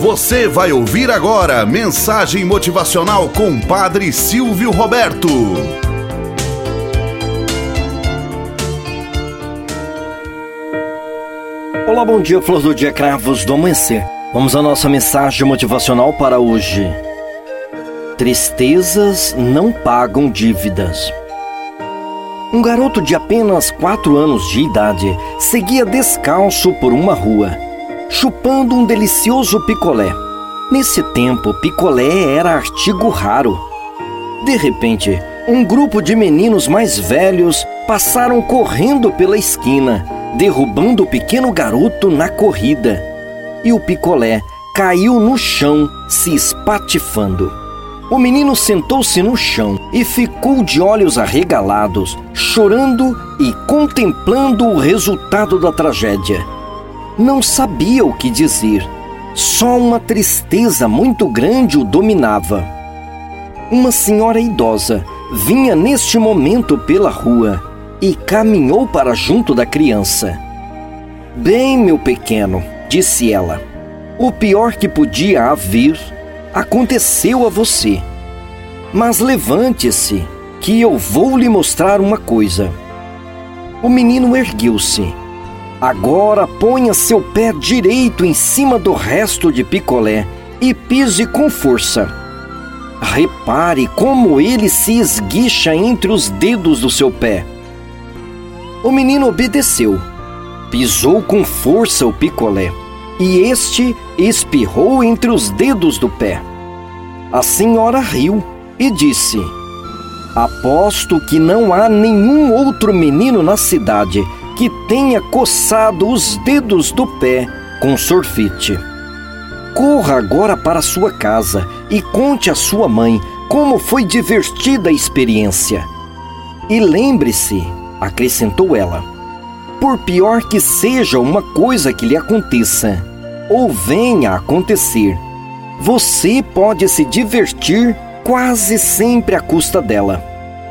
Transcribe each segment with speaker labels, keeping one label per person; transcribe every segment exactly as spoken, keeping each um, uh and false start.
Speaker 1: Você vai ouvir agora mensagem motivacional com Padre Silvio Roberto.
Speaker 2: Olá, bom dia, flor do dia, cravos do amanhecer. Vamos à nossa mensagem motivacional para hoje. Tristezas não pagam dívidas. Um garoto de apenas quatro anos de idade seguia descalço por uma rua, chupando um delicioso picolé. Nesse tempo, picolé era artigo raro. De repente, um grupo de meninos mais velhos passaram correndo pela esquina, derrubando o pequeno garoto na corrida. E o picolé caiu no chão, se espatifando. O menino sentou-se no chão e ficou de olhos arregalados, chorando e contemplando o resultado da tragédia. Não sabia o que dizer. Só uma tristeza muito grande o dominava. Uma senhora idosa vinha neste momento pela rua e caminhou para junto da criança. "Bem, meu pequeno", disse ela, "o pior que podia haver aconteceu a você. Mas levante-se, que eu vou lhe mostrar uma coisa." O menino ergueu-se. "Agora ponha seu pé direito em cima do resto de picolé e pise com força. Repare como ele se esguicha entre os dedos do seu pé." O menino obedeceu. Pisou com força o picolé e este espirrou entre os dedos do pé. A senhora riu e disse: "Aposto que não há nenhum outro menino na cidade que tenha coçado os dedos do pé com sorvete. Corra agora para sua casa e conte à sua mãe como foi divertida a experiência. E lembre-se", acrescentou ela, "por pior que seja uma coisa que lhe aconteça, ou venha a acontecer, você pode se divertir quase sempre à custa dela."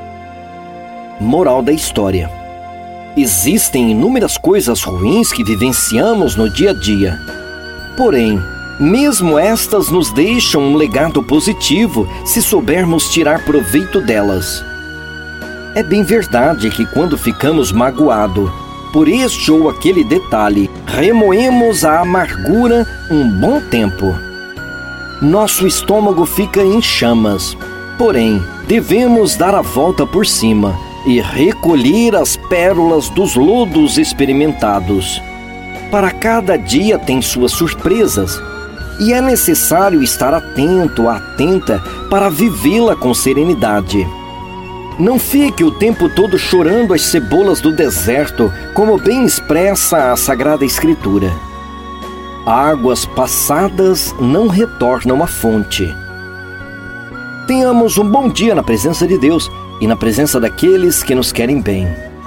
Speaker 2: Moral da história: existem inúmeras coisas ruins que vivenciamos no dia a dia. Porém, mesmo estas nos deixam um legado positivo se soubermos tirar proveito delas. É bem verdade que quando ficamos magoados por este ou aquele detalhe, remoemos a amargura um bom tempo. Nosso estômago fica em chamas. Porém, devemos dar a volta por cima e recolher as pérolas dos lodos experimentados. Para cada dia tem suas surpresas, e é necessário estar atento, atenta, para vivê-la com serenidade. Não fique o tempo todo chorando as cebolas do deserto, como bem expressa a Sagrada Escritura. Águas passadas não retornam à fonte. Tenhamos um bom dia na presença de Deus e na presença daqueles que nos querem bem.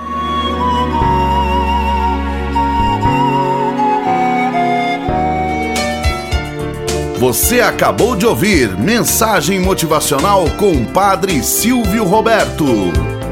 Speaker 1: Você acabou de ouvir Mensagem Motivacional com Padre Silvio Roberto.